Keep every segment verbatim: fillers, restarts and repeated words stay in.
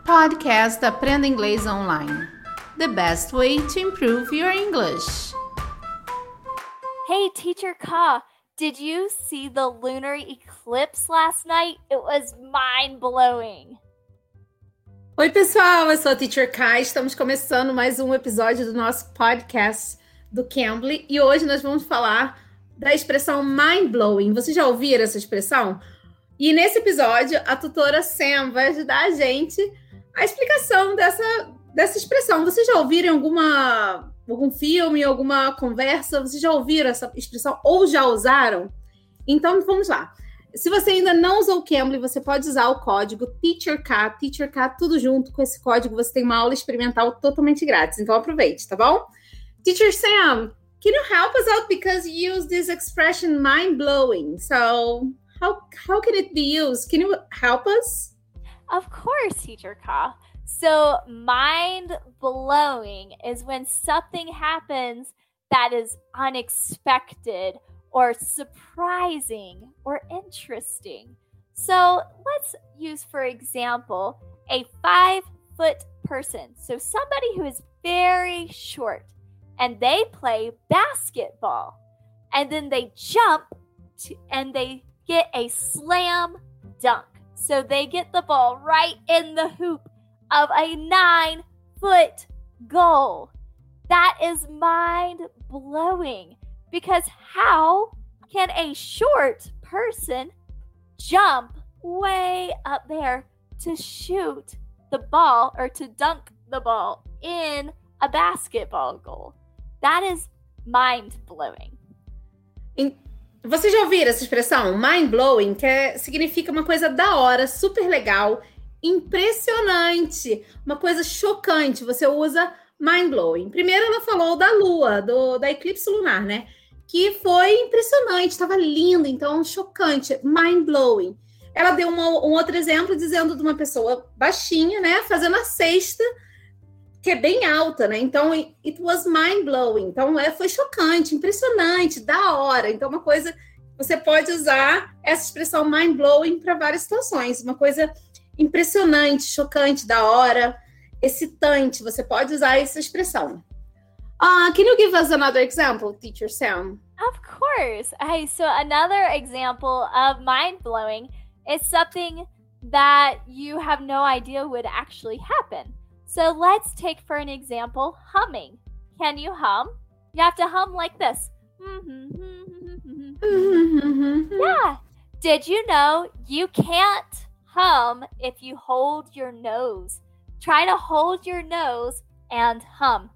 Podcast Aprenda Inglês Online. The best way to improve your English. Hey, Teacher Ka, did you see the lunar eclipse last night? It was mind-blowing. Oi, pessoal, eu sou a Teacher Ka. Estamos começando mais um episódio do nosso podcast do Cambly e hoje nós vamos falar da expressão mind-blowing. Vocês já ouviram essa expressão? E nesse episódio, a tutora Sam vai ajudar a gente a explicação dessa, dessa expressão. Vocês já ouviram alguma, algum filme, alguma conversa? Vocês já ouviram essa expressão ou já usaram? Então, vamos lá. Se você ainda não usou o Cambly, você pode usar o código TEACHERK, TEACHERK, tudo junto com esse código. Você tem uma aula experimental totalmente grátis. Então, aproveite, tá bom? Teacher Sam, can you help us out because you use this expression mind-blowing? So, how, how can it be used? Can you help us? Of course, Teacher Ka. So, mind-blowing is when something happens that is unexpected or surprising or interesting. So, let's use, for example, a five-foot person. So, somebody who is very short, and they play basketball. And then they jump to, and they get a slam dunk. So they get the ball right in the hoop of a nine-foot goal. That is mind-blowing because how can a short person jump way up there to shoot the ball or to dunk the ball in a basketball goal? That is mind-blowing. Vocês já ouviram essa expressão? Mind-blowing, que é, significa uma coisa da hora, super legal, impressionante, uma coisa chocante. Você usa mind-blowing. Primeiro ela falou da lua, do, da eclipse lunar, né? Que foi impressionante, estava lindo, então chocante, mind-blowing. Ela deu uma, um outro exemplo dizendo de uma pessoa baixinha, né? Fazendo a cesta, que é bem alta, né? Então, it was mind-blowing. Então, é, foi chocante, impressionante, da hora. Então, uma coisa, você pode usar essa expressão mind-blowing para várias situações. Uma coisa impressionante, chocante, da hora, excitante. Você pode usar essa expressão. Uh, can you give us another example, Teacher Sam? Of course. Hey, so another example of mind-blowing is something that you have no idea would actually happen. So let's take for an example, humming. Can you hum? You have to hum like this. Yeah. Did you know you can't hum if you hold your nose? Try to hold your nose and hum.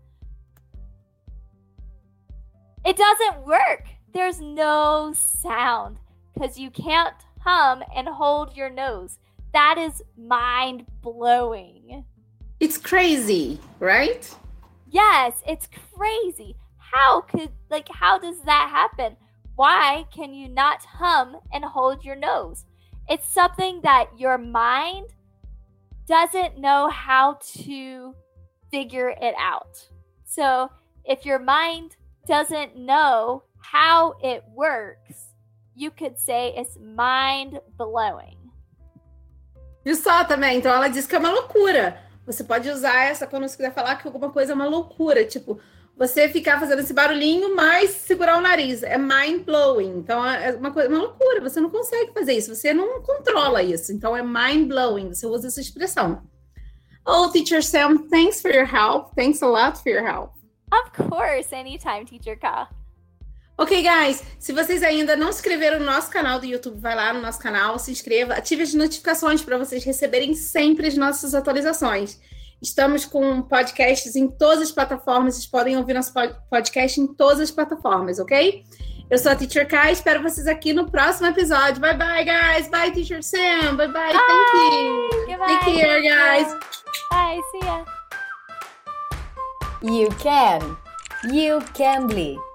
It doesn't work. There's no sound because you can't hum and hold your nose. That is mind-blowing. It's crazy, right? Yes, it's crazy. How could, like, how does that happen? Why can you not hum and hold your nose? It's something that your mind doesn't know how to figure it out. So if your mind doesn't know how it works, you could say it's mind-blowing. Viu só também? Então ela diz que é uma loucura. Você pode usar essa quando você quiser falar que alguma coisa é uma loucura. Tipo, você ficar fazendo esse barulhinho, mas segurar o nariz. É mind-blowing. Então, é uma, coisa, uma loucura. Você não consegue fazer isso. Você não controla isso. Então, é mind-blowing. Você usa essa expressão. Oh, Teacher Sam, thanks for your help. Thanks a lot for your help. Of course. Anytime, Teacher Ka. Ok, guys, se vocês ainda não se inscreveram no nosso canal do YouTube, vai lá no nosso canal, se inscreva, ative as notificações para vocês receberem sempre as nossas atualizações. Estamos com podcasts em todas as plataformas, vocês podem ouvir nosso podcast em todas as plataformas, ok? Eu sou a Teacher Ka, espero vocês aqui no próximo episódio. Bye, bye, guys. Bye, Teacher Sam. Bye, bye. Bye. Thank you. Goodbye. Take care, guys. Bye. See ya. You can. You Cambly.